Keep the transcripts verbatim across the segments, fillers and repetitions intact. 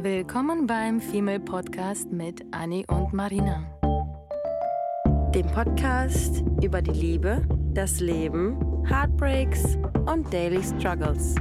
Willkommen beim Female Podcast mit Anni und Marina. Dem Podcast über die Liebe, das Leben, Heartbreaks und Daily Struggles.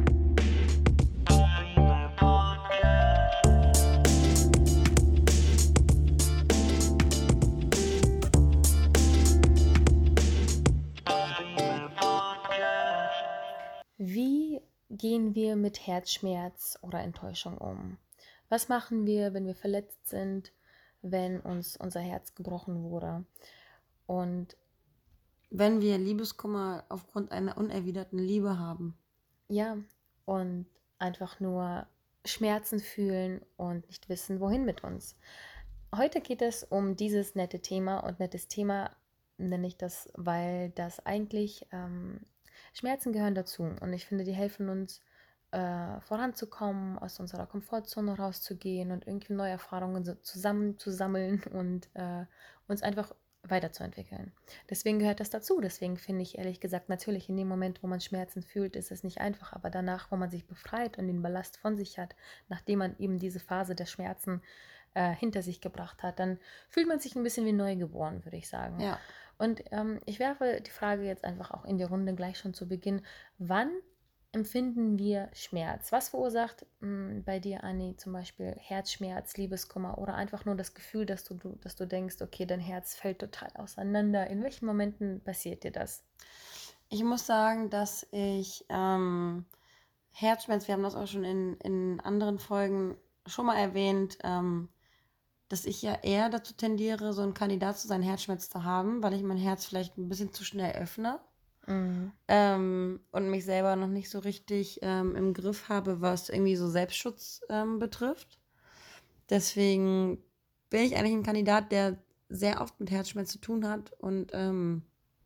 Wie gehen wir mit Herzschmerz oder Enttäuschung um? Was machen wir, wenn wir verletzt sind, wenn uns unser Herz gebrochen wurde? Und wenn wir Liebeskummer aufgrund einer unerwiderten Liebe haben. Ja, und einfach nur Schmerzen fühlen und nicht wissen, wohin mit uns. Heute geht es um dieses nette Thema, und nettes Thema nenne ich das, weil das eigentlich ähm, Schmerzen gehören dazu, und ich finde, die helfen uns äh, voranzukommen, aus unserer Komfortzone rauszugehen und irgendwie neue Erfahrungen so zusammenzusammeln und äh, uns einfach weiterzuentwickeln. Deswegen gehört das dazu. Deswegen finde ich ehrlich gesagt, natürlich in dem Moment, wo man Schmerzen fühlt, ist es nicht einfach, aber danach, wo man sich befreit und den Ballast von sich hat, nachdem man eben diese Phase der Schmerzen äh, hinter sich gebracht hat, dann fühlt man sich ein bisschen wie neugeboren, würde ich sagen. Ja. Und ähm, ich werfe die Frage jetzt einfach auch in die Runde gleich schon zu Beginn. Wann empfinden wir Schmerz? Was verursacht mh, bei dir, Anni, zum Beispiel Herzschmerz, Liebeskummer oder einfach nur das Gefühl, dass du, du, dass du denkst, okay, dein Herz fällt total auseinander? In welchen Momenten passiert dir das? Ich muss sagen, dass ich ähm, Herzschmerz, wir haben das auch schon in, in anderen Folgen schon mal erwähnt, ähm, dass ich ja eher dazu tendiere, so ein Kandidat zu sein, Herzschmerz zu haben, weil ich mein Herz vielleicht ein bisschen zu schnell öffne. Mhm. Ähm, und mich selber noch nicht so richtig ähm, im Griff habe, was irgendwie so Selbstschutz ähm, betrifft. Deswegen bin ich eigentlich ein Kandidat, der sehr oft mit Herzschmerz zu tun hat und ähm,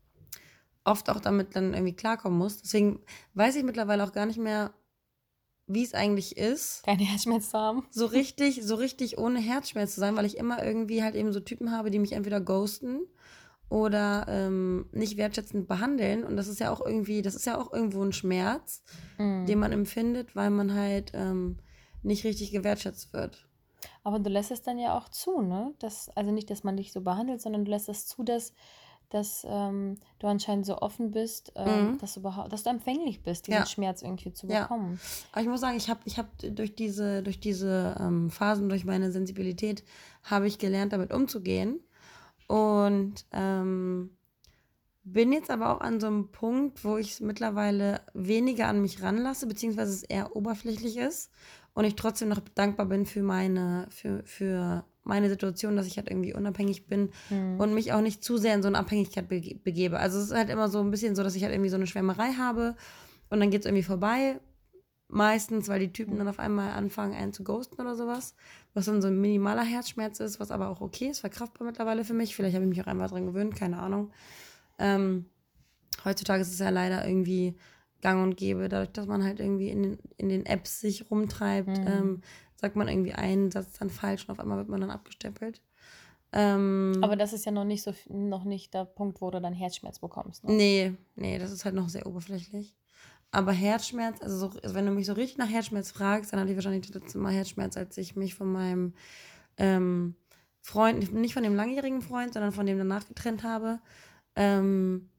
oft auch damit dann irgendwie klarkommen muss. Deswegen weiß ich mittlerweile auch gar nicht mehr, wie es eigentlich ist, keine Herzschmerz zu haben. So richtig, so richtig ohne Herzschmerz zu sein, weil ich immer irgendwie halt eben so Typen habe, die mich entweder ghosten oder ähm, nicht wertschätzend behandeln. Und das ist ja auch irgendwie, das ist ja auch irgendwo ein Schmerz, mm. den man empfindet, weil man halt ähm, nicht richtig gewertschätzt wird. Aber du lässt es dann ja auch zu, ne? Das, also nicht, dass man dich so behandelt, sondern du lässt es zu, dass, dass ähm, du anscheinend so offen bist, ähm, mm. dass, du dass du empfänglich bist, diesen ja. Schmerz irgendwie zu bekommen. Ja. Aber ich muss sagen, ich habe ich hab durch diese, durch diese ähm, Phasen, durch meine Sensibilität, habe ich gelernt, damit umzugehen. Und ähm, bin jetzt aber auch an so einem Punkt, wo ich es mittlerweile weniger an mich ranlasse, beziehungsweise es eher oberflächlich ist und ich trotzdem noch dankbar bin für meine, für, für meine Situation, dass ich halt irgendwie unabhängig bin mhm. und mich auch nicht zu sehr in so eine Abhängigkeit bege- begebe. Also es ist halt immer so ein bisschen so, dass ich halt irgendwie so eine Schwärmerei habe und dann geht es irgendwie vorbei. Meistens, weil die Typen dann auf einmal anfangen, einen zu ghosten oder sowas. Was dann so ein minimaler Herzschmerz ist, was aber auch okay ist, verkraftbar mittlerweile für mich. Vielleicht habe ich mich auch einmal dran gewöhnt, keine Ahnung. Ähm, heutzutage ist es ja leider irgendwie gang und gäbe, dadurch, dass man halt irgendwie in den, in den Apps sich rumtreibt, mhm. ähm, sagt man irgendwie einen Satz dann falsch und auf einmal wird man dann abgestempelt. Ähm, aber das ist ja noch nicht so noch nicht der Punkt, wo du dann Herzschmerz bekommst. Ne? Nee, nee, das ist halt noch sehr oberflächlich. Aber Herzschmerz, also, so, also wenn du mich so richtig nach Herzschmerz fragst, dann hatte ich wahrscheinlich das letzte Mal Herzschmerz, als ich mich von meinem ähm, Freund, nicht von dem langjährigen Freund, sondern von dem danach getrennt habe. Ähm,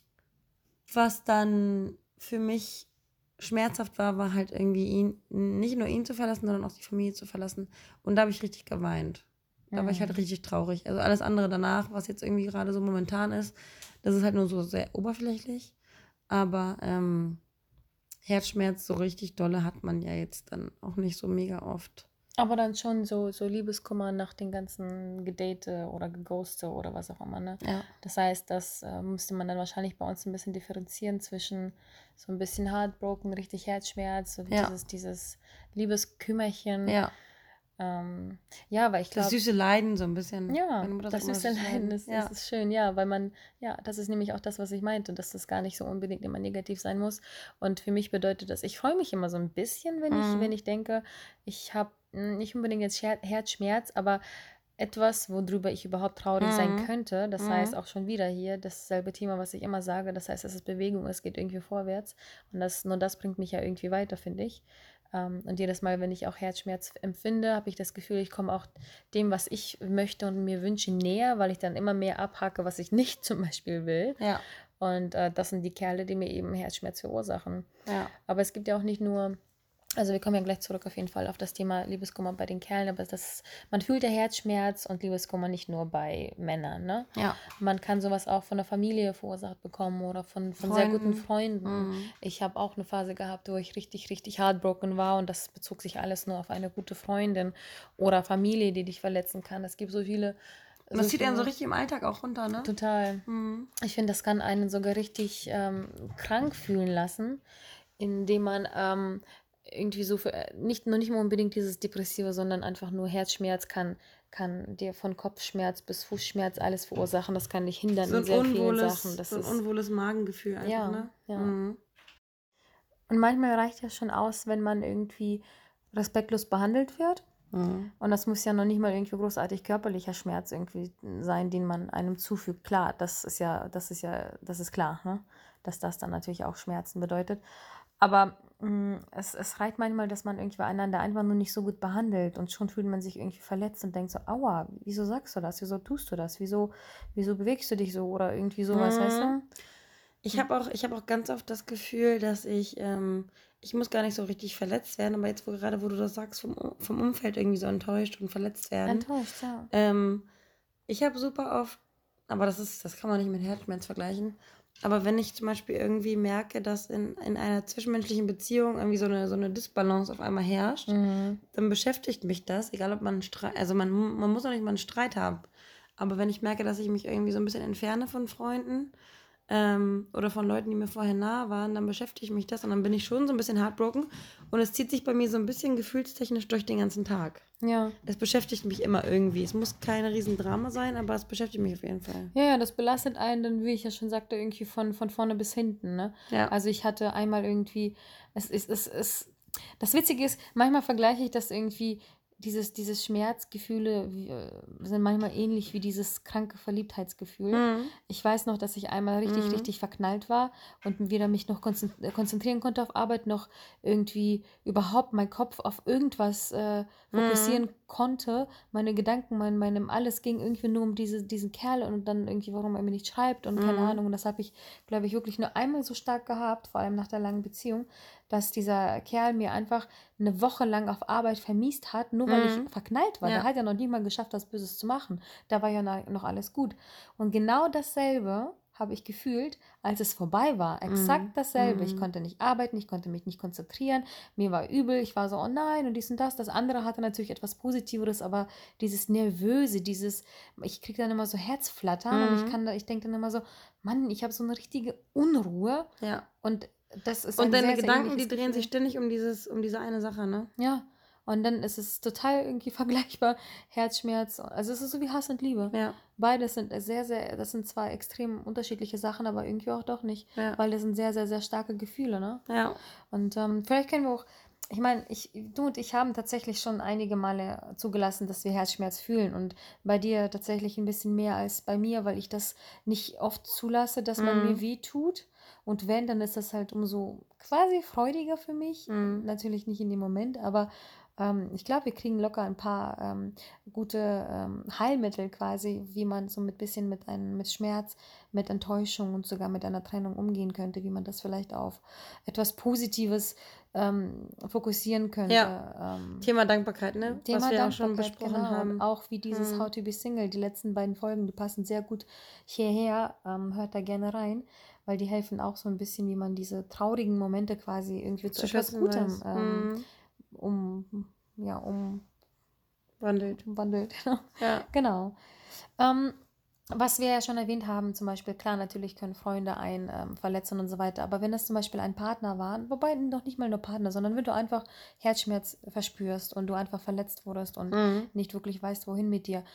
was dann für mich schmerzhaft war, war halt irgendwie ihn, nicht nur ihn zu verlassen, sondern auch die Familie zu verlassen. Und da habe ich richtig geweint. Da war ich halt richtig traurig. Also alles andere danach, was jetzt irgendwie gerade so momentan ist, das ist halt nur so sehr oberflächlich. Aber ähm, Herzschmerz so richtig dolle hat man ja jetzt dann auch nicht so mega oft. Aber dann schon so, so Liebeskummer nach den ganzen Gedate oder Geghoste oder was auch immer, ne? Ja. Das heißt, das äh, musste man dann wahrscheinlich bei uns ein bisschen differenzieren zwischen so ein bisschen Heartbroken, richtig Herzschmerz, so ja. dieses, dieses Liebeskümmerchen. Ja. Ähm, ja, weil ich glaube... Das süße Leiden so ein bisschen. Ja, das, das süße Leiden, Leiden. Ist, ja. ist schön, ja, weil man, ja, das ist nämlich auch das, was ich meinte, dass das gar nicht so unbedingt immer negativ sein muss. Und für mich bedeutet das, ich freue mich immer so ein bisschen, wenn, mhm. ich, wenn ich denke, ich habe nicht unbedingt jetzt Herzschmerz, aber etwas, worüber ich überhaupt traurig mhm. sein könnte. Das mhm. heißt auch schon wieder hier dasselbe Thema, was ich immer sage. Das heißt, dass es Bewegung ist, geht irgendwie vorwärts. Und das, nur das bringt mich ja irgendwie weiter, finde ich. Ähm, und jedes Mal, wenn ich auch Herzschmerz empfinde, habe ich das Gefühl, ich komme auch dem, was ich möchte und mir wünsche, näher, weil ich dann immer mehr abhacke, was ich nicht zum Beispiel will. Ja. Und äh, das sind die Kerle, die mir eben Herzschmerz verursachen. Ja. Aber es gibt ja auch nicht nur, also wir kommen ja gleich zurück auf jeden Fall auf das Thema Liebeskummer bei den Kerlen, aber das, man fühlt ja Herzschmerz und Liebeskummer nicht nur bei Männern, ne? Ja. Man kann sowas auch von der Familie verursacht bekommen oder von, von sehr guten Freunden. Mhm. Ich habe auch eine Phase gehabt, wo ich richtig, richtig heartbroken war und das bezog sich alles nur auf eine gute Freundin oder Familie, die dich verletzen kann. Es gibt so viele... Das zieht einen so richtig im Alltag auch runter, ne? Total. Mhm. Ich finde, das kann einen sogar richtig ähm, krank fühlen lassen, indem man ähm, irgendwie so, für, nicht, nur nicht mal unbedingt dieses Depressive, sondern einfach nur Herzschmerz kann, kann dir von Kopfschmerz bis Fußschmerz alles verursachen. Das kann dich hindern So in ein sehr vielen unwohles, Sachen. Das so ein ist, unwohles Magengefühl einfach, Ja, ne? ja. Mhm. und manchmal reicht ja schon aus, wenn man irgendwie respektlos behandelt wird. Mhm. Und das muss ja noch nicht mal irgendwie großartig körperlicher Schmerz irgendwie sein, den man einem zufügt. Klar, das ist ja, das ist ja, das ist klar, ne? Dass das dann natürlich auch Schmerzen bedeutet. Aber mh, es, es reicht manchmal, dass man irgendwie einander einfach nur nicht so gut behandelt und schon fühlt man sich irgendwie verletzt und denkt so, aua, wieso sagst du das? Wieso tust du das? Wieso, wieso bewegst du dich so? Oder irgendwie sowas, Mhm. weißt du? Ich habe auch, ich hab auch ganz oft das Gefühl, dass ich, ähm, ich muss gar nicht so richtig verletzt werden, aber jetzt wo gerade, wo du das sagst, vom, vom Umfeld irgendwie so enttäuscht und verletzt werden. Enttäuscht, ja. Ähm, ich habe super oft, aber das ist, das kann man nicht mit Herzschmerz vergleichen. Aber wenn ich zum Beispiel irgendwie merke, dass in, in einer zwischenmenschlichen Beziehung irgendwie so eine, so eine Disbalance auf einmal herrscht, Mhm. dann beschäftigt mich das, egal ob man einen Streit, also man, man muss auch nicht mal einen Streit haben. Aber wenn ich merke, dass ich mich irgendwie so ein bisschen entferne von Freunden ähm, oder von Leuten, die mir vorher nahe waren, dann beschäftigt mich das und dann bin ich schon so ein bisschen heartbroken und es zieht sich bei mir so ein bisschen gefühlstechnisch durch den ganzen Tag. Ja. Es beschäftigt mich immer irgendwie. Es muss kein Riesendrama sein, aber es beschäftigt mich auf jeden Fall. Ja, ja, das belastet einen dann, wie ich ja schon sagte, irgendwie von, von vorne bis hinten, ne? Ja. Also ich hatte einmal irgendwie, es ist, es ist, das Witzige ist, manchmal vergleiche ich das irgendwie, dieses, dieses Schmerzgefühle wie, äh, sind manchmal ähnlich wie dieses kranke Verliebtheitsgefühl. Mhm. Ich weiß noch, dass ich einmal richtig, Mhm. richtig verknallt war und weder mich noch konzent- äh, konzentrieren konnte auf Arbeit, noch irgendwie überhaupt meinen Kopf auf irgendwas äh, fokussieren konnte. Meine Gedanken, mein, meinem alles ging irgendwie nur um diese, diesen Kerl und dann irgendwie, warum er mir nicht schreibt und keine Mhm. Ahnung. Und das habe ich, glaube ich, wirklich nur einmal so stark gehabt, vor allem nach der langen Beziehung, dass dieser Kerl mir einfach eine Woche lang auf Arbeit vermiest hat, nur weil Mhm. ich verknallt war. Ja. Der hat ja noch nie mal geschafft, was Böses zu machen. Da war ja na- noch alles gut. Und genau dasselbe habe ich gefühlt, als es vorbei war. Exakt Mhm. dasselbe. Ich Mhm. konnte nicht arbeiten, ich konnte mich nicht konzentrieren. Mir war übel, ich war so, oh nein, und dies und das. Das andere hatte natürlich etwas Positiveres, aber dieses Nervöse, dieses, ich kriege dann immer so Herzflattern und ich Mhm. kann da, ich denke dann immer so, Mann, ich habe so eine richtige Unruhe Ja. und das ist Und ein deine sehr, sehr Gedanken, die ähnliches drehen Gefühl. sich ständig um dieses, um diese eine Sache, ne? Ja, und dann ist es total irgendwie vergleichbar, Herzschmerz. Also es ist so wie Hass und Liebe. Ja. Beides sind sehr, sehr, das sind zwar extrem unterschiedliche Sachen, aber irgendwie auch doch nicht. Ja. Weil das sind sehr, sehr, sehr starke Gefühle, ne? Ja. Und ähm, vielleicht können wir auch, ich meine, ich, du und ich haben tatsächlich schon einige Male zugelassen, dass wir Herzschmerz fühlen. Und bei dir tatsächlich ein bisschen mehr als bei mir, weil ich das nicht oft zulasse, dass man Mhm. mir weh tut. Und wenn, dann ist das halt umso quasi freudiger für mich. Mhm. Natürlich nicht in dem Moment, aber ähm, ich glaube, wir kriegen locker ein paar ähm, gute ähm, Heilmittel quasi, wie man so mit bisschen mit einem mit Schmerz, mit Enttäuschung und sogar mit einer Trennung umgehen könnte, wie man das vielleicht auf etwas Positives ähm, fokussieren könnte. Ja. Ähm, Thema Dankbarkeit, ne? Thema Was wir auch schon Dankbarkeit, besprochen genau. haben. Und auch wie dieses Mhm. How to be Single, die letzten beiden Folgen, die passen sehr gut hierher. Ähm, hört da gerne rein, weil die helfen auch so ein bisschen, wie man diese traurigen Momente quasi irgendwie zu Zu etwas schätzen Gutem weiß. ähm, Mhm. um, ja, um, Wandelt. umwandelt. Ja. Genau. Ähm, was wir ja schon erwähnt haben, zum Beispiel, klar, natürlich können Freunde einen ähm, verletzen und so weiter, aber wenn das zum Beispiel ein Partner war, wobei noch nicht mal nur Partner, sondern wenn du einfach Herzschmerz verspürst und du einfach verletzt wurdest und Mhm. nicht wirklich weißt, wohin mit dir,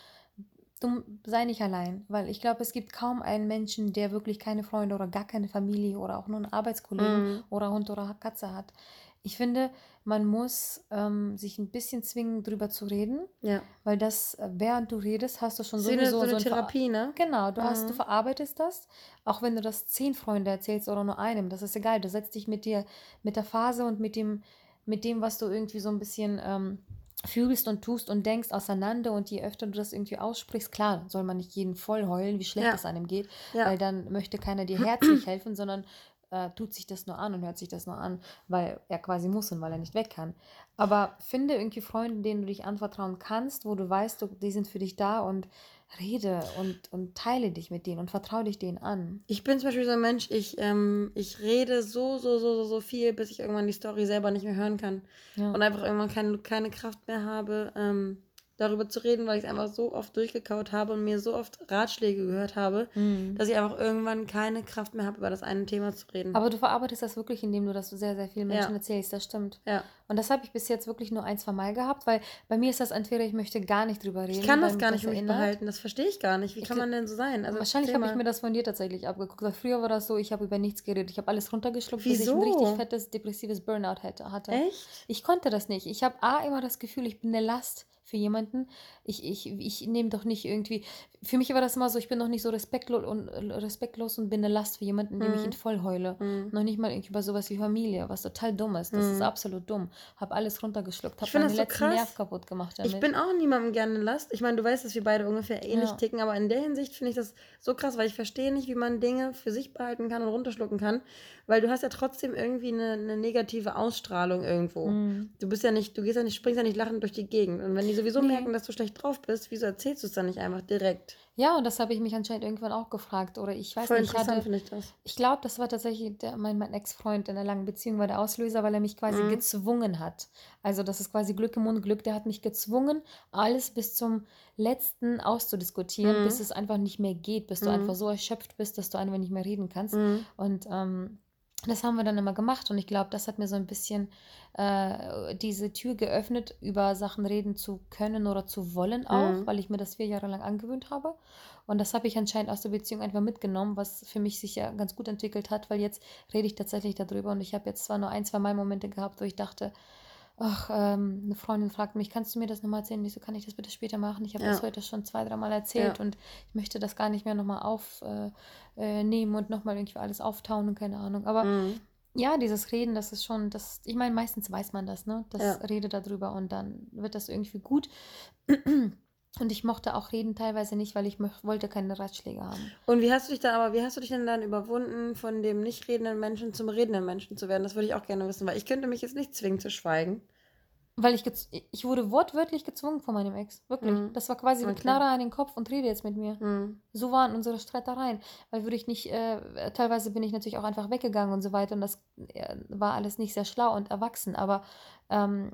du sei nicht allein, weil ich glaube, es gibt kaum einen Menschen, der wirklich keine Freunde oder gar keine Familie oder auch nur einen Arbeitskollegen Mhm. oder Hund oder Katze hat. Ich finde, man muss ähm, sich ein bisschen zwingen, drüber zu reden, Ja. weil das, äh, während du redest, hast du schon So eine, sowieso so eine so ein Ver Therapie, ne? Genau, du hast, du Mhm. verarbeitest das, auch wenn du das zehn Freunden erzählst oder nur einem, das ist egal. Du setzt dich mit dir, mit der Phase und mit dem, mit dem, was du irgendwie so ein bisschen ähm, fühlst und tust und denkst, auseinander. Und je öfter du das irgendwie aussprichst, klar, soll man nicht jeden voll heulen, wie schlecht Ja. es einem geht, Ja. weil dann möchte keiner dir herzlich helfen, sondern äh, tut sich das nur an und hört sich das nur an, weil er quasi muss und weil er nicht weg kann. Aber finde irgendwie Freunde, denen du dich anvertrauen kannst, wo du weißt, du, die sind für dich da, und rede und, und teile dich mit denen und vertraue dich denen an. Ich bin zum Beispiel so ein Mensch, ich, ähm, ich rede so, so, so, so, so viel, bis ich irgendwann die Story selber nicht mehr hören kann. Ja. Und einfach irgendwann keine, keine Kraft mehr habe, ähm, darüber zu reden, weil ich es einfach so oft durchgekaut habe und mir so oft Ratschläge gehört habe, Mhm. dass ich einfach irgendwann keine Kraft mehr habe, über das eine Thema zu reden. Aber du verarbeitest das wirklich, indem du das so sehr, sehr vielen Menschen Ja. erzählst, das stimmt. Ja. Und das habe ich bis jetzt wirklich nur ein, zwei Mal gehabt, weil bei mir ist das entweder, ich möchte gar nicht drüber reden. Ich kann weil das mich gar nicht für mich erinnert. behalten, das verstehe ich gar nicht. Wie Ich kann gl- man denn so sein? Also Wahrscheinlich erzähl habe ich mal. mir das von dir tatsächlich abgeguckt. Weil früher war das so, ich habe über nichts geredet. Ich habe alles runtergeschluckt, bis ich ein Wieso? richtig fettes, depressives Burnout hätte, hatte. Echt? Ich konnte das nicht. Ich habe A, immer das Gefühl, ich bin eine Last für jemanden. Ich, ich, ich nehme doch nicht irgendwie, für mich war das immer so, ich bin doch nicht so respektlos und, respektlos und bin eine Last für jemanden, dem ich ihn voll heule. Mhm. Noch nicht mal irgendwie über sowas wie Familie, was total dumm ist. Das ist Mhm. absolut dumm. Habe alles runtergeschluckt, Ich habe finde meinen das so letzten krass. Nerv kaputt gemacht damit. Ich bin auch niemandem gerne eine Last. Ich meine, du weißt, dass wir beide ungefähr ähnlich Ja. ticken, aber in der Hinsicht finde ich das so krass, weil ich verstehe nicht, wie man Dinge für sich behalten kann und runterschlucken kann, weil du hast ja trotzdem irgendwie eine, eine negative Ausstrahlung irgendwo. Mhm. Du bist ja nicht, du gehst ja nicht, springst ja nicht lachend durch die Gegend. Und wenn die sowieso Nee. merken, dass du schlecht drauf bist, wieso erzählst du es dann nicht einfach direkt? Ja, und das habe ich mich anscheinend irgendwann auch gefragt. Oder ich weiß Voll nicht, ich interessant hatte, finde ich das. ich glaube, das war tatsächlich der, mein, mein Ex-Freund in einer langen Beziehung, war der Auslöser, weil er mich quasi Mhm. gezwungen hat. Also das ist quasi Glück im Unglück. Der hat mich gezwungen, alles bis zum Letzten auszudiskutieren, Mhm. bis es einfach nicht mehr geht, bis du Mhm. einfach so erschöpft bist, dass du einfach nicht mehr reden kannst. Mhm. Und ähm, das haben wir dann immer gemacht, und ich glaube, das hat mir so ein bisschen äh, diese Tür geöffnet, über Sachen reden zu können oder zu wollen auch, Mhm. weil ich mir das vier Jahre lang angewöhnt habe. Und das habe ich anscheinend aus der Beziehung einfach mitgenommen, was für mich sich ja ganz gut entwickelt hat, weil jetzt rede ich tatsächlich darüber, und ich habe jetzt zwar nur ein, zwei Mal Momente gehabt, wo ich dachte, ach, ähm, eine Freundin fragt mich, kannst du mir das nochmal erzählen? Ich so, kann ich das bitte später machen? Ich habe Ja. das heute schon zwei, dreimal erzählt, Ja. und ich möchte das gar nicht mehr nochmal aufnehmen äh, äh, nehmen und nochmal irgendwie alles auftauen und keine Ahnung. Aber Mhm. ja, dieses Reden, das ist schon, das, ich meine, meistens weiß man das, ne? Das Ja. Rede darüber, und dann wird das irgendwie gut. Und ich mochte auch Reden teilweise nicht, weil ich möch, wollte keine Ratschläge haben. Und wie hast du dich dann, aber wie hast du dich denn dann überwunden, von dem nicht redenden Menschen zum redenden Menschen zu werden? Das würde ich auch gerne wissen, weil ich könnte mich jetzt nicht zwingen zu schweigen. Weil ich, gez- ich wurde wortwörtlich gezwungen von meinem Ex. Wirklich. Mhm. Das war quasi wie Okay. Knarre an den Kopf und rede jetzt mit mir. Mhm. So waren unsere Streitereien. Weil würde ich nicht, äh, teilweise bin ich natürlich auch einfach weggegangen und so weiter, und das äh, war alles nicht sehr schlau und erwachsen, aber ähm,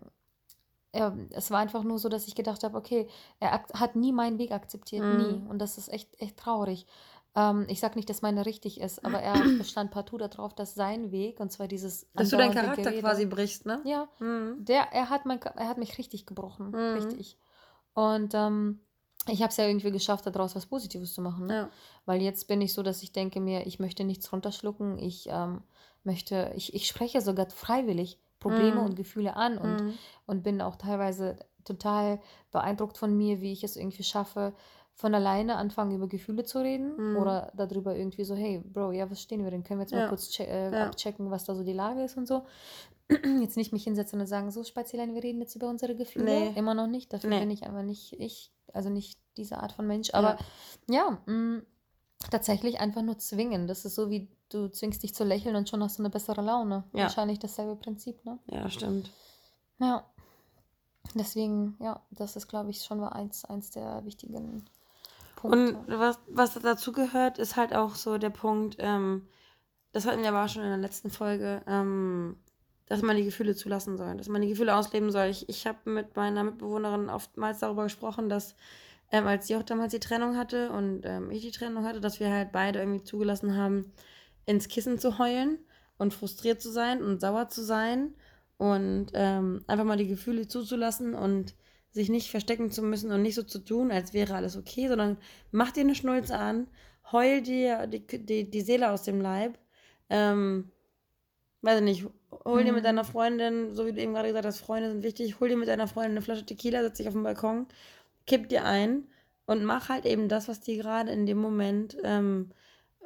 äh, es war einfach nur so, dass ich gedacht habe, okay, er ak- hat nie meinen Weg akzeptiert, Mhm. nie, und das ist echt, echt traurig. Ähm, ich sage nicht, dass meine richtig ist, aber er bestand partout darauf, dass sein Weg, und zwar dieses Dass du deinen andauernde Charakter Gerede- quasi brichst, ne? Ja, Mhm. der, er hat, mein, er hat mich richtig gebrochen, Mhm. richtig. Und ähm, ich habe es ja irgendwie geschafft, daraus was Positives zu machen. Ne? Ja. Weil jetzt bin ich so, dass ich denke mir, ich möchte nichts runterschlucken. Ich ähm, möchte, ich, ich spreche sogar freiwillig Probleme Mhm. und Gefühle an, und, Mhm. und bin auch teilweise total beeindruckt von mir, wie ich es irgendwie schaffe, von alleine anfangen, über Gefühle zu reden, Mhm. oder darüber irgendwie so, hey, Bro, ja, was stehen wir denn? Können wir jetzt mal Ja. kurz che äh, Ja. abchecken, was da so die Lage ist und so. Jetzt nicht mich hinsetzen und sagen, so Spazielein, wir reden jetzt über unsere Gefühle. Nee. Immer noch nicht. Dafür Nee. bin ich einfach nicht ich, also nicht diese Art von Mensch. Aber ja, mh, tatsächlich einfach nur zwingen. Das ist so, wie du zwingst dich zu lächeln und schon hast du eine bessere Laune. Ja. Wahrscheinlich dasselbe Prinzip, ne? Ja, stimmt. Ja. Deswegen, ja, das ist, glaube ich, schon mal eins, eins der wichtigen Punkte. Und was, was dazu gehört, ist halt auch so der Punkt, ähm, das hatten wir aber auch schon in der letzten Folge, ähm, dass man die Gefühle zulassen soll, dass man die Gefühle ausleben soll. Ich, ich habe mit meiner Mitbewohnerin oftmals darüber gesprochen, dass ähm, als sie auch damals die Trennung hatte und ähm, ich die Trennung hatte, dass wir halt beide irgendwie zugelassen haben, ins Kissen zu heulen und frustriert zu sein und sauer zu sein und ähm, einfach mal die Gefühle zuzulassen und sich nicht verstecken zu müssen und nicht so zu tun, als wäre alles okay, sondern mach dir eine Schnulze an, heul dir die, die, die Seele aus dem Leib, ähm, weiß ich nicht, hol dir mit Mhm. deiner Freundin, so wie du eben gerade gesagt hast, Freunde sind wichtig, hol dir mit deiner Freundin eine Flasche Tequila, setz dich auf den Balkon, kipp dir ein und mach halt eben das, was dir gerade in dem Moment ähm,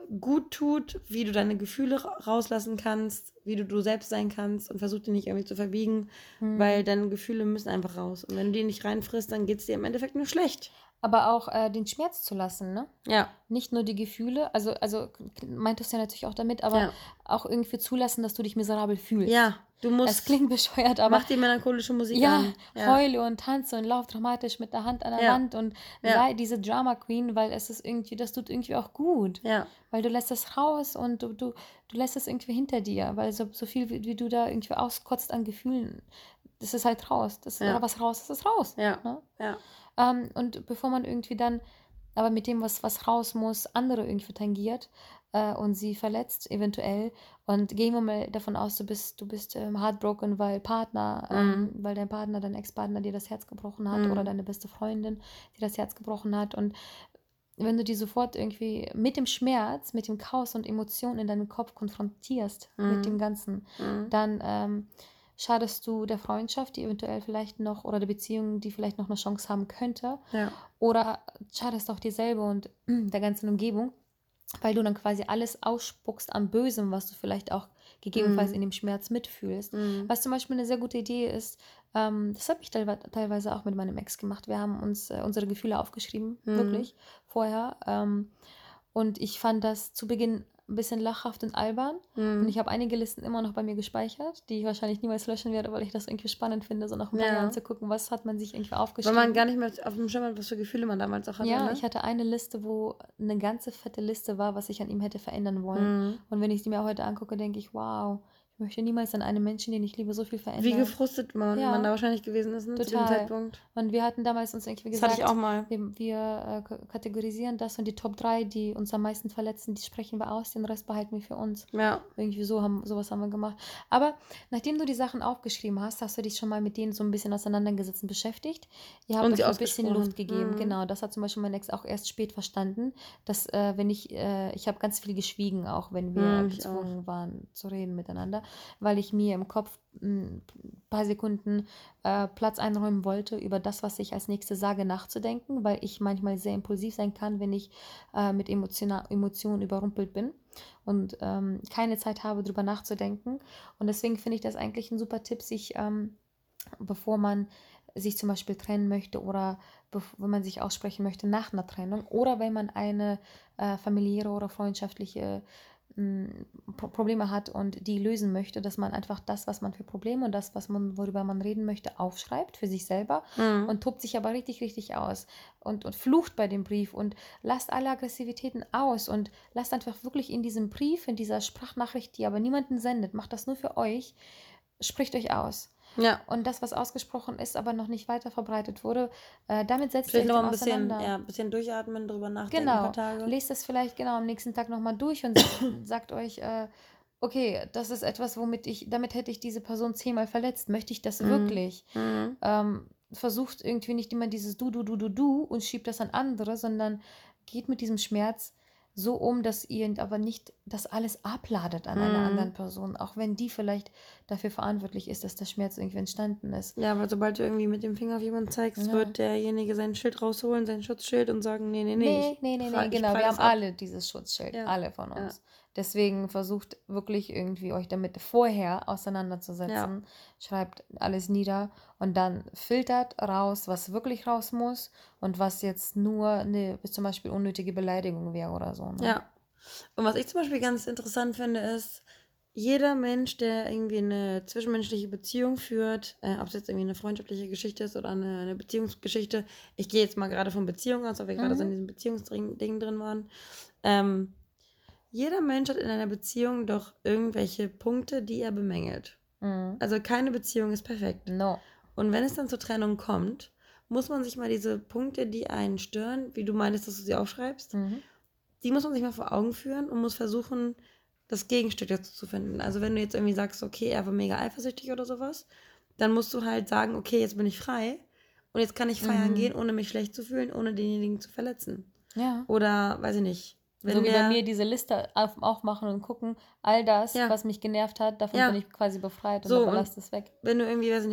gut tut, wie du deine Gefühle ra- rauslassen kannst, wie du du selbst sein kannst und versuch die nicht irgendwie zu verbiegen, Hm. weil deine Gefühle müssen einfach raus. Und wenn du die nicht reinfrisst, dann geht es dir im Endeffekt nur schlecht. Aber auch äh, den Schmerz zu lassen, ne? Ja. Nicht nur die Gefühle, also, also meintest du ja natürlich auch damit, aber Ja. auch irgendwie zulassen, dass du dich miserabel fühlst. Ja, du musst. Es klingt bescheuert, aber Mach die melancholische Musik ja, an. heule und tanze und lauf dramatisch mit der Hand an der Ja. Wand und Ja. sei diese Drama Queen, weil es ist irgendwie, das tut irgendwie auch gut. Ja. Weil du lässt es raus und du, du, du lässt es irgendwie hinter dir, weil so, so viel, wie, wie du da irgendwie auskotzt an Gefühlen, das ist halt raus. Das Ja. ist was raus, das ist raus. Ja. Ne? Ja. Ähm, und bevor man irgendwie dann, aber mit dem, was, was raus muss, andere irgendwie tangiert äh, und sie verletzt eventuell. Und gehen wir mal davon aus, du bist, du bist ähm, heartbroken, weil Partner, ähm, Mhm. weil dein Partner, dein Ex-Partner dir das Herz gebrochen hat Mhm. oder deine beste Freundin dir das Herz gebrochen hat. Und wenn du die sofort irgendwie mit dem Schmerz, mit dem Chaos und Emotionen in deinem Kopf konfrontierst, Mhm. mit dem Ganzen, Mhm. dann ähm, schadest du der Freundschaft, die eventuell vielleicht noch, oder der Beziehung, die vielleicht noch eine Chance haben könnte. Ja. Oder schadest auch dir selber und der ganzen Umgebung, weil du dann quasi alles ausspuckst an Bösem, was du vielleicht auch gegebenenfalls Mhm. in dem Schmerz mitfühlst. Mhm. Was zum Beispiel eine sehr gute Idee ist, ähm, das habe ich teilwe- teilweise auch mit meinem Ex gemacht. Wir haben uns äh, unsere Gefühle aufgeschrieben, Mhm. wirklich, vorher. Ähm, und ich fand das zu Beginn ein bisschen lachhaft und albern. Und Mhm. ich habe einige Listen immer noch bei mir gespeichert, die ich wahrscheinlich niemals löschen werde, weil ich das irgendwie spannend finde, so nach ein paar Ja. Jahren zu gucken, was hat man sich irgendwie Weil aufgeschrieben. man gar nicht mehr auf dem Schirm hat, was für Gefühle man damals auch hatte. Ja, ne? ich hatte eine Liste, wo eine ganze fette Liste war, was ich an ihm hätte verändern wollen. Mhm. Und wenn ich sie mir heute angucke, denke ich, wow, ich möchte niemals an einem Menschen, den ich liebe, so viel verändern. Wie gefrustet man, Ja. man da wahrscheinlich gewesen ist, ne, zu dem Total. Zeitpunkt. Und wir hatten damals uns irgendwie Das gesagt, hatte ich auch mal. wir, wir äh, k- kategorisieren das und die Top drei, die uns am meisten verletzen, die sprechen wir aus, den Rest behalten wir für uns. Ja. Irgendwie so haben, sowas haben wir gemacht. Aber nachdem du die Sachen aufgeschrieben hast, hast du dich schon mal mit denen so ein bisschen auseinandergesetzt und beschäftigt. Ihr habt Und euch sie ein bisschen ausgesprochen. Luft gegeben. Mhm. Genau, das hat zum Beispiel mein Ex auch erst spät verstanden, dass äh, wenn ich, äh, ich habe ganz viel geschwiegen, auch wenn wir Mhm, ich gezwungen waren zu reden miteinander, weil ich mir im Kopf ein paar Sekunden äh, Platz einräumen wollte, über das, was ich als nächstes sage, nachzudenken, weil ich manchmal sehr impulsiv sein kann, wenn ich äh, mit Emotiona- Emotionen überrumpelt bin und ähm, keine Zeit habe, darüber nachzudenken. Und deswegen finde ich das eigentlich ein super Tipp, sich, ähm, bevor man sich zum Beispiel trennen möchte oder bev- wenn man sich aussprechen möchte nach einer Trennung oder wenn man eine äh, familiäre oder freundschaftliche mh, Pro- Probleme hat und die lösen möchte, dass man einfach das, was man für Probleme und das, was man, worüber man reden möchte, aufschreibt für sich selber Mhm. und tobt sich aber richtig, richtig aus und, und flucht bei dem Brief und lasst alle Aggressivitäten aus und lasst einfach wirklich in diesem Brief, in dieser Sprachnachricht, die aber niemanden sendet, macht das nur für euch, spricht euch aus. Ja. Und das, was ausgesprochen ist, aber noch nicht weiter verbreitet wurde, äh, damit setzt ihr Vielleicht euch noch dann ein bisschen, auseinander. ja, ein bisschen durchatmen, drüber nachdenken, ein Genau, paar Tage. lest es vielleicht genau am nächsten Tag nochmal durch und sagt, sagt euch, äh, okay, das ist etwas, womit ich, damit hätte ich diese Person zehnmal verletzt. Möchte ich das Mhm. wirklich? Mhm. Ähm, versucht irgendwie nicht immer dieses Du, Du, Du, Du, Du und schiebt das an andere, sondern geht mit diesem Schmerz so um, dass ihr aber nicht das alles abladet an einer Mhm. anderen Person, auch wenn die vielleicht dafür verantwortlich ist, dass der Schmerz irgendwie entstanden ist. Ja, aber sobald du irgendwie mit dem Finger auf jemanden zeigst, Ja. wird derjenige sein Schild rausholen, sein Schutzschild und sagen, nee, nee, nee. Nee, ich nee, nee, pra- nee, ich genau. prall Wir das haben ab. alle dieses Schutzschild, Ja. alle von Ja. uns. Deswegen versucht wirklich irgendwie euch damit vorher auseinanderzusetzen. Schreibt alles nieder und dann filtert raus, was wirklich raus muss und was jetzt nur eine zum Beispiel unnötige Beleidigung wäre oder so. Ne? Ja. Und was ich zum Beispiel ganz interessant finde, ist, jeder Mensch, der irgendwie eine zwischenmenschliche Beziehung führt, äh, ob es jetzt irgendwie eine freundschaftliche Geschichte ist oder eine, eine Beziehungsgeschichte, ich gehe jetzt mal gerade von Beziehungen aus, weil wir gerade so in Mhm. diesem Beziehungsding drin waren. Ähm, jeder Mensch hat in einer Beziehung doch irgendwelche Punkte, die er bemängelt. Mhm. Also keine Beziehung ist perfekt. No. Und wenn es dann zur Trennung kommt, muss man sich mal diese Punkte, die einen stören, wie du meintest, dass du sie aufschreibst, Mhm. die muss man sich mal vor Augen führen und muss versuchen, das Gegenstück dazu zu finden. Also wenn du jetzt irgendwie sagst, okay, er war mega eifersüchtig oder sowas, dann musst du halt sagen, okay, jetzt bin ich frei und jetzt kann ich feiern Mhm. gehen, ohne mich schlecht zu fühlen, ohne denjenigen zu verletzen. Ja. Oder, weiß ich nicht, wenn So wie bei der, mir diese Liste auf, aufmachen und gucken, all das, Ja. was mich genervt hat, davon Ja. bin ich quasi befreit und So, aber und- lasst es weg. wenn du irgendwie, weiß ich nicht,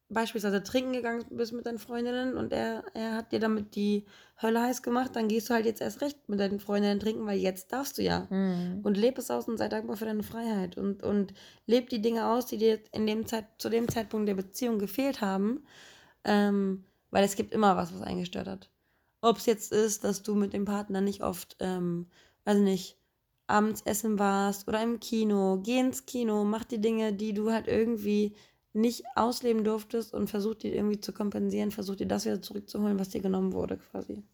beispielsweise trinken gegangen bist mit deinen Freundinnen und er, er hat dir damit die Hölle heiß gemacht, dann gehst du halt jetzt erst recht mit deinen Freundinnen trinken, weil jetzt darfst du ja. Mhm. Und leb es aus und sei dankbar für deine Freiheit. Und, und leb die Dinge aus, die dir in dem Zeit, zu dem Zeitpunkt der Beziehung gefehlt haben. Ähm, weil es gibt immer was, was eingestört hat. Ob es jetzt ist, dass du mit dem Partner nicht oft, ähm, weiß nicht, abends essen warst oder im Kino. Geh ins Kino, mach die Dinge, die du halt irgendwie nicht ausleben durftest und versuch die irgendwie zu kompensieren, versuch dir das wieder zurückzuholen, was dir genommen wurde quasi.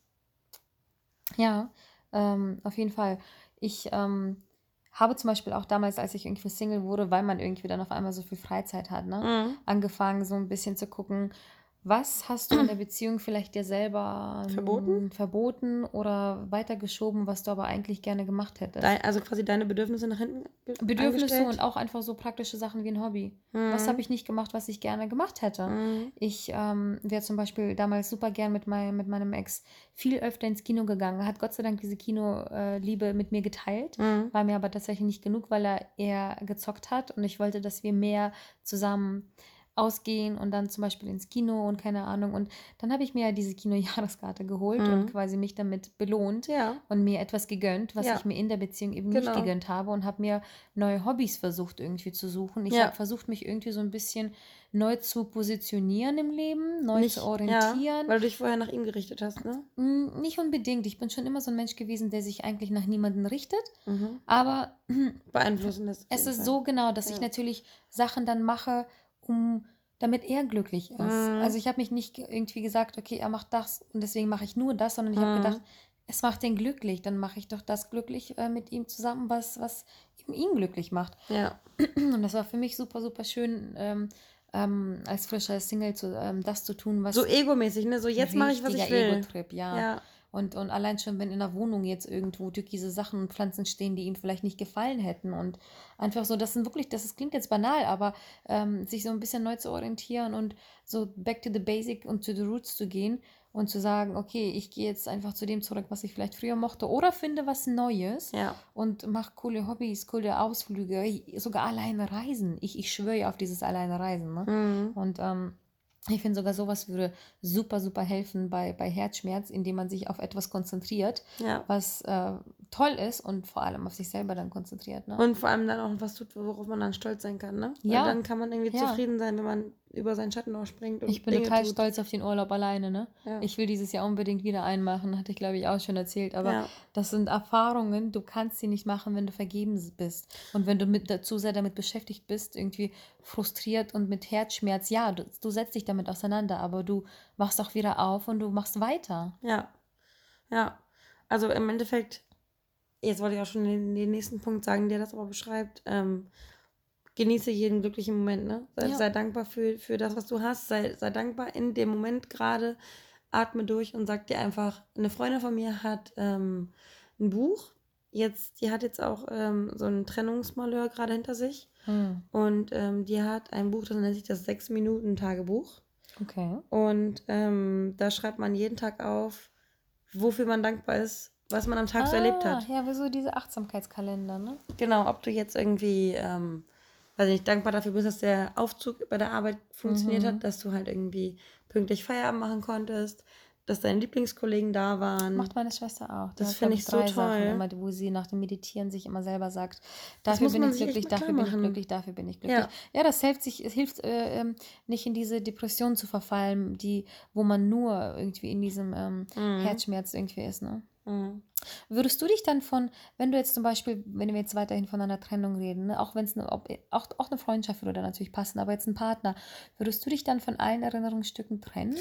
Ja, ähm, auf jeden Fall. Ich ähm, habe zum Beispiel auch damals, als ich irgendwie Single wurde, weil man irgendwie dann auf einmal so viel Freizeit hat, ne, Mhm. angefangen so ein bisschen zu gucken, was hast du in der Beziehung vielleicht dir selber ähm, Verboten? verboten oder weitergeschoben, was du aber eigentlich gerne gemacht hättest. Dein, also quasi deine Bedürfnisse nach hinten ge- Bedürfnisse eingestellt? und auch einfach so praktische Sachen wie ein Hobby. Was habe Mhm. ich nicht gemacht, was ich gerne gemacht hätte? Mhm. Ich ähm, wäre zum Beispiel damals super gern mit, mein, mit meinem Ex viel öfter ins Kino gegangen. Er hat Gott sei Dank diese Kino-Liebe mit mir geteilt, Mhm. war mir aber tatsächlich nicht genug, weil er eher gezockt hat und ich wollte, dass wir mehr zusammen ausgehen und dann zum Beispiel ins Kino und keine Ahnung. Und dann habe ich mir ja diese Kino-Jahreskarte geholt Mhm. und quasi mich damit belohnt Ja, und mir etwas gegönnt, was Ja. ich mir in der Beziehung eben nicht Genau. gegönnt habe und habe mir neue Hobbys versucht irgendwie zu suchen. Ich Ja. habe versucht, mich irgendwie so ein bisschen neu zu positionieren im Leben, neu nicht, zu ja, orientieren. weil du dich vorher nach ihm gerichtet hast, ne? Mm, Nicht unbedingt. Ich bin schon immer so ein Mensch gewesen, der sich eigentlich nach niemanden richtet. Mhm. Aber Beeinflussen lässt. auf es jeden ist Fall. so genau, dass ich Ja. natürlich Sachen dann mache, um damit er glücklich ist. Mhm. Also ich habe mich nicht ge- irgendwie gesagt, okay, er macht das und deswegen mache ich nur das, sondern ich habe Mhm. gedacht, es macht ihn glücklich, dann mache ich doch das glücklich äh, mit ihm zusammen, was, was eben ihn glücklich macht. Ja. Und das war für mich super, super schön, ähm, ähm, als frischer Single zu, ähm, das zu tun, was So egomäßig, ne? So jetzt mache ich, was ich richtiger will. Ego-Trip, ja. Ja. Und, und allein schon, wenn in der Wohnung jetzt irgendwo türkise Sachen und Pflanzen stehen, die ihm vielleicht nicht gefallen hätten. Und einfach so, das sind wirklich, das ist, klingt jetzt banal, aber ähm, sich so ein bisschen neu zu orientieren und so back to the basic und to the roots zu gehen und zu sagen, okay, ich gehe jetzt einfach zu dem zurück, was ich vielleicht früher mochte oder finde was Neues Ja. und mache coole Hobbys, coole Ausflüge, sogar alleine reisen. Ich, ich schwöre ja auf dieses alleine Reisen. Ne? Mhm. Und ähm, ich finde sogar sowas würde super, super helfen bei, bei Herzschmerz, indem man sich auf etwas konzentriert, Ja. was äh, toll ist und vor allem auf sich selber dann konzentriert. Ne? Und vor allem dann auch was tut, worauf man dann stolz sein kann, ne? Weil Ja. dann kann man irgendwie Ja. zufrieden sein, wenn man über seinen Schatten auch springt und Ich bin Dinge total tut. stolz auf den Urlaub alleine, ne? Ja. Ich will dieses Jahr unbedingt wieder einmachen, hatte ich glaube ich auch schon erzählt, aber Ja. das sind Erfahrungen, du kannst sie nicht machen, wenn du vergeben bist und wenn du mit, zu sehr damit beschäftigt bist, irgendwie frustriert und mit Herzschmerz, ja, du, du setzt dich damit auseinander, aber du wachst auch wieder auf und du machst weiter. Ja. Ja. Also im Endeffekt, jetzt wollte ich auch schon den, den nächsten Punkt sagen, der das aber beschreibt. Ähm, genieße jeden glücklichen Moment, ne? Sei, Ja. sei dankbar für, für das, was du hast. Sei, sei dankbar in dem Moment gerade. Atme durch und sag dir einfach, eine Freundin von mir hat ähm, ein Buch. Jetzt, die hat jetzt auch ähm, so ein Trennungsmalheur gerade hinter sich. Hm. Und ähm, die hat ein Buch, das nennt sich das Sechs-Minuten-Tagebuch. Okay. Und ähm, da schreibt man jeden Tag auf, wofür man dankbar ist, was man am Tag so erlebt hat. Ja, wie so diese Achtsamkeitskalender, ne? Genau, ob du jetzt irgendwie, ähm, weiß nicht, dankbar dafür bist, dass der Aufzug bei der Arbeit funktioniert Mhm. hat, dass du halt irgendwie pünktlich Feierabend machen konntest, dass deine Lieblingskollegen da waren. Macht meine Schwester auch. Die Das hat, finde glaub ich so drei Sachen toll. immer, wo sie nach dem Meditieren sich immer selber sagt, Das dafür muss bin man ich sich echt glücklich, mal dafür klar bin ich machen. glücklich, dafür bin ich glücklich. Ja. Ja, das hilft sich, es hilft äh, ähm, nicht in diese Depression zu verfallen, die, wo man nur irgendwie in diesem ähm, Mhm. Herzschmerz irgendwie ist, ne? Mhm. Würdest du dich dann von, wenn du jetzt zum Beispiel, wenn wir jetzt weiterhin von einer Trennung reden, ne, auch wenn es eine, ob- auch, auch eine Freundschaft würde da natürlich passen, aber jetzt ein Partner, würdest du dich dann von allen Erinnerungsstücken trennen?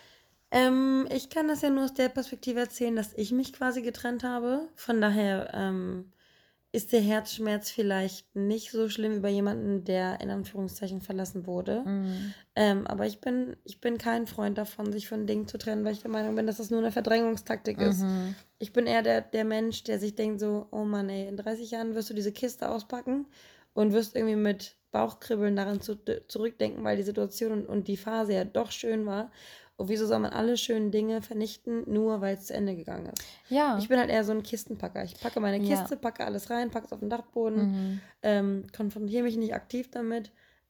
Ähm, ich kann das ja nur aus der Perspektive erzählen, dass ich mich quasi getrennt habe. Von daher ähm, ist der Herzschmerz vielleicht nicht so schlimm wie bei jemandem, der in Anführungszeichen verlassen wurde. Mhm. Ähm, aber ich bin, ich bin kein Freund davon, sich von Dingen zu trennen, weil ich der Meinung bin, dass das nur eine Verdrängungstaktik ist. Mhm. Ich bin eher der, der Mensch, der sich denkt so, oh Mann, ey, in dreißig Jahren wirst du diese Kiste auspacken und wirst irgendwie mit Bauchkribbeln daran zu, zurückdenken, weil die Situation und, und die Phase ja doch schön war. Und wieso soll man alle schönen Dinge vernichten, nur weil es zu Ende gegangen ist? Ja. Ich bin halt eher so ein Kistenpacker. Ich packe meine Ja. Kiste, packe alles rein, packe es auf den Dachboden, Mhm. ähm, konfrontiere mich nicht aktiv damit,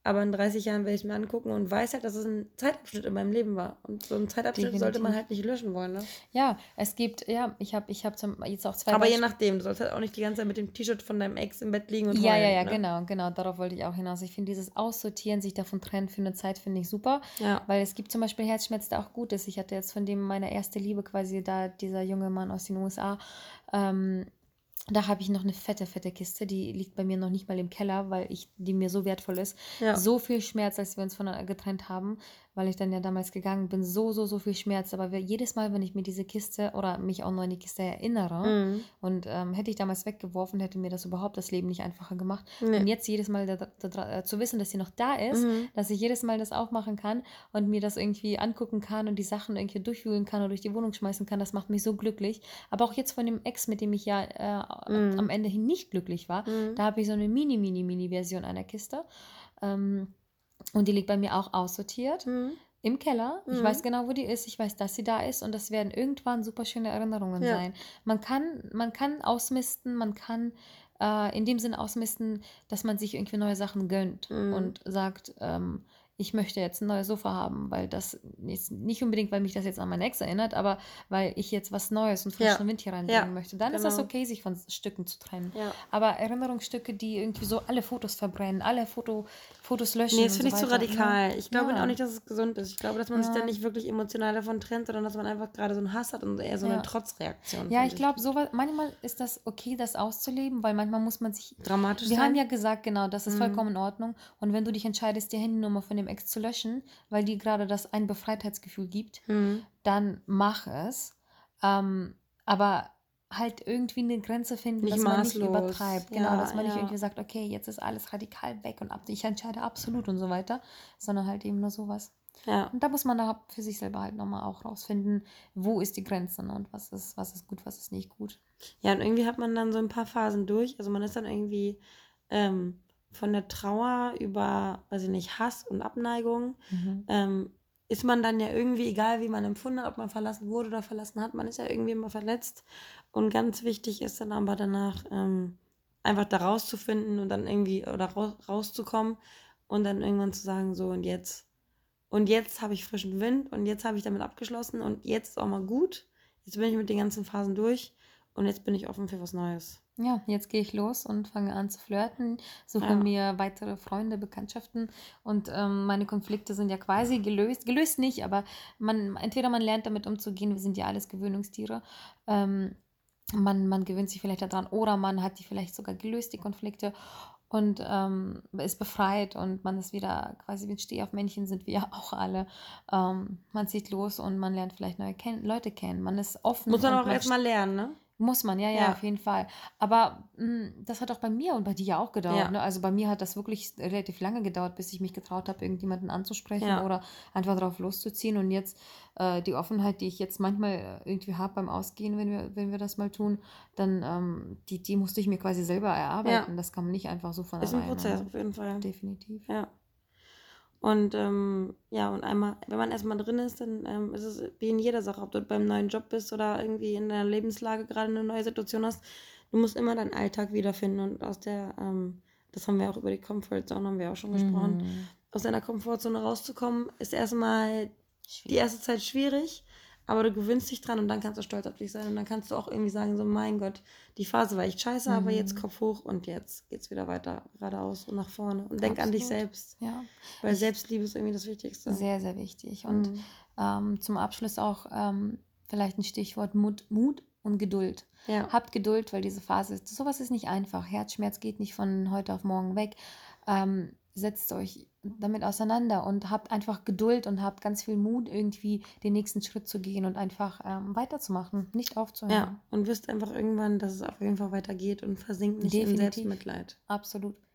aber in dreißig Jahren werde ich es mir angucken und weiß halt, dass es ein Zeitabschnitt in meinem Leben war. Und so einen Zeitabschnitt Definitiv. sollte man halt nicht löschen wollen. Ne? Ja, es gibt, ja, ich habe ich hab jetzt auch zwei Aber je Beispiele. nachdem, du sollst halt auch nicht die ganze Zeit mit dem T-Shirt von deinem Ex im Bett liegen und Ja, heulen. ja, ja, ne? genau, genau, darauf wollte ich auch hinaus. Ich finde dieses Aussortieren, sich davon trennen für eine Zeit, finde ich super, Ja. weil es gibt zum Beispiel Herzschmerz, der auch gut ist. Ich hatte jetzt von dem meine erste Liebe quasi da, dieser junge Mann aus den U S A, ähm, da habe ich noch eine fette, fette Kiste, die liegt bei mir noch nicht mal im Keller, weil ich, die mir so wertvoll ist. Ja. So viel Schmerz, als wir uns voneinander getrennt haben, weil ich dann ja damals gegangen bin, so, so, so viel Schmerz. Aber wir, jedes Mal, wenn ich mir diese Kiste oder mich auch nur an die Kiste erinnere, Mhm. und ähm, hätte ich damals weggeworfen, hätte mir das überhaupt das Leben nicht einfacher gemacht. Nee. Und jetzt jedes Mal da, da, da, äh, zu wissen, dass sie noch da ist, Mhm. dass ich jedes Mal das aufmachen kann und mir das irgendwie angucken kann und die Sachen irgendwie durchwühlen kann oder durch die Wohnung schmeißen kann, das macht mich so glücklich. Aber auch jetzt von dem Ex, mit dem ich ja äh, Mhm. am Ende hin nicht glücklich war, Mhm. da habe ich so eine mini, mini, mini Version einer Kiste. Ähm, und die liegt bei mir auch aussortiert. Mhm. Im Keller. Ich Mhm. weiß genau, wo die ist. Ich weiß, dass sie da ist. Und das werden irgendwann super schöne Erinnerungen Ja. sein. Man kann, man kann ausmisten, man kann äh, in dem Sinne ausmisten, dass man sich irgendwie neue Sachen gönnt Mhm. und sagt, ähm, ich möchte jetzt ein neues Sofa haben, weil das ist nicht unbedingt, weil mich das jetzt an meinen Ex erinnert, aber weil ich jetzt was Neues und frischen Ja. Wind hier reinbringen Ja, möchte. Dann ist das genau. okay, sich von Stücken zu trennen. Ja. Aber Erinnerungsstücke, die irgendwie so alle Fotos verbrennen, alle Foto, Fotos löschen Nee, das und finde so ich zu weiter. radikal. Ja. Ich glaube Ja. auch nicht, dass es gesund ist. Ich glaube, dass man sich Ja. dann nicht wirklich emotional davon trennt, sondern dass man einfach gerade so einen Hass hat und eher so Ja. eine Trotzreaktion. Ja, von ich sich glaube, gibt. sowas, manchmal ist das okay, das auszuleben, weil manchmal muss man sich. Dramatisch Wir sein. haben ja gesagt, genau, das ist Mhm. vollkommen in Ordnung. Und wenn du dich entscheidest, die Handynummer von dem Ex zu löschen, weil die gerade das ein Befreitheitsgefühl gibt, Mhm. dann mach es. Ähm, aber halt irgendwie eine Grenze finden, Nicht dass man nicht maßlos. übertreibt. Genau, Ja, dass man nicht ja. irgendwie sagt, okay, jetzt ist alles radikal weg und ab, ich entscheide absolut und so weiter, sondern halt eben nur sowas. Ja. Und da muss man da für sich selber halt nochmal auch rausfinden, wo ist die Grenze, ne? Und was ist, was ist gut, was ist nicht gut. Ja, und irgendwie hat man dann so ein paar Phasen durch. Also man ist dann irgendwie ähm, von der Trauer über, weiß ich nicht, Hass und Abneigung, Mhm. ähm, ist man dann ja irgendwie, egal wie man empfunden hat, ob man verlassen wurde oder verlassen hat, man ist ja irgendwie immer verletzt. Und ganz wichtig ist dann aber danach ähm, einfach da rauszufinden und dann irgendwie oder raus, rauszukommen und dann irgendwann zu sagen, so und jetzt. Und jetzt habe ich frischen Wind und jetzt habe ich damit abgeschlossen und jetzt ist auch mal gut. Jetzt bin ich mit den ganzen Phasen durch und jetzt bin ich offen für was Neues. Ja, jetzt gehe ich los und fange an zu flirten, suche Ja. mir weitere Freunde, Bekanntschaften und ähm, meine Konflikte sind ja quasi gelöst. Gelöst nicht, aber man, entweder man lernt damit umzugehen, wir sind ja alles Gewöhnungstiere, ähm, man, man gewöhnt sich vielleicht daran oder man hat die vielleicht sogar gelöst, die Konflikte und ähm, ist befreit und man ist wieder quasi wie Stehaufmännchen sind wir ja auch alle. Ähm, man zieht los und man lernt vielleicht neue ken- Leute kennen, man ist offen. Muss man und auch man erstmal lernen, ne? Muss man, ja, ja, Ja. auf jeden Fall. Aber mh, das hat auch bei mir und bei dir ja auch gedauert. Ja. Ne? Also bei mir hat das wirklich relativ lange gedauert, bis ich mich getraut habe, irgendjemanden anzusprechen Ja. oder einfach darauf loszuziehen. Und jetzt äh, die Offenheit, die ich jetzt manchmal äh, irgendwie habe beim Ausgehen, wenn wir, wenn wir das mal tun, dann ähm, die, die musste ich mir quasi selber erarbeiten. Ja. Das kann man nicht einfach so von Ist ein alleine. Prozess Ne? auf jeden Fall. Definitiv. Ja. Und ähm, ja, und einmal, wenn man erstmal drin ist, dann ähm, ist es wie in jeder Sache, ob du beim neuen Job bist oder irgendwie in deiner Lebenslage gerade eine neue Situation hast, du musst immer deinen Alltag wiederfinden und aus der, ähm, das haben wir auch über die Comfortzone, haben wir auch schon gesprochen, Mhm. aus deiner Komfortzone rauszukommen, ist erstmal die Schwierig. erste Zeit schwierig, aber du gewöhnst dich dran und dann kannst du stolz auf dich sein und dann kannst du auch irgendwie sagen, so mein Gott, die Phase war echt scheiße, aber jetzt Mhm. Kopf hoch und jetzt geht's wieder weiter geradeaus und nach vorne und denk an dich Absolut. selbst, Ja, weil Ich- Selbstliebe ist irgendwie das Wichtigste. sehr, sehr wichtig. Und Mhm. ähm, zum Abschluss auch ähm, vielleicht ein Stichwort Mut, Mut und Geduld. Ja. Habt Geduld, weil diese Phase ist, sowas ist nicht einfach. Herzschmerz geht nicht von heute auf morgen weg. Ähm, setzt euch damit auseinander und habt einfach Geduld und habt ganz viel Mut, irgendwie den nächsten Schritt zu gehen und einfach ähm, weiterzumachen, nicht aufzuhören. Ja, und wisst einfach irgendwann, dass es auf jeden Fall weitergeht und versinkt nicht in Definitiv. Selbstmitleid. Absolut.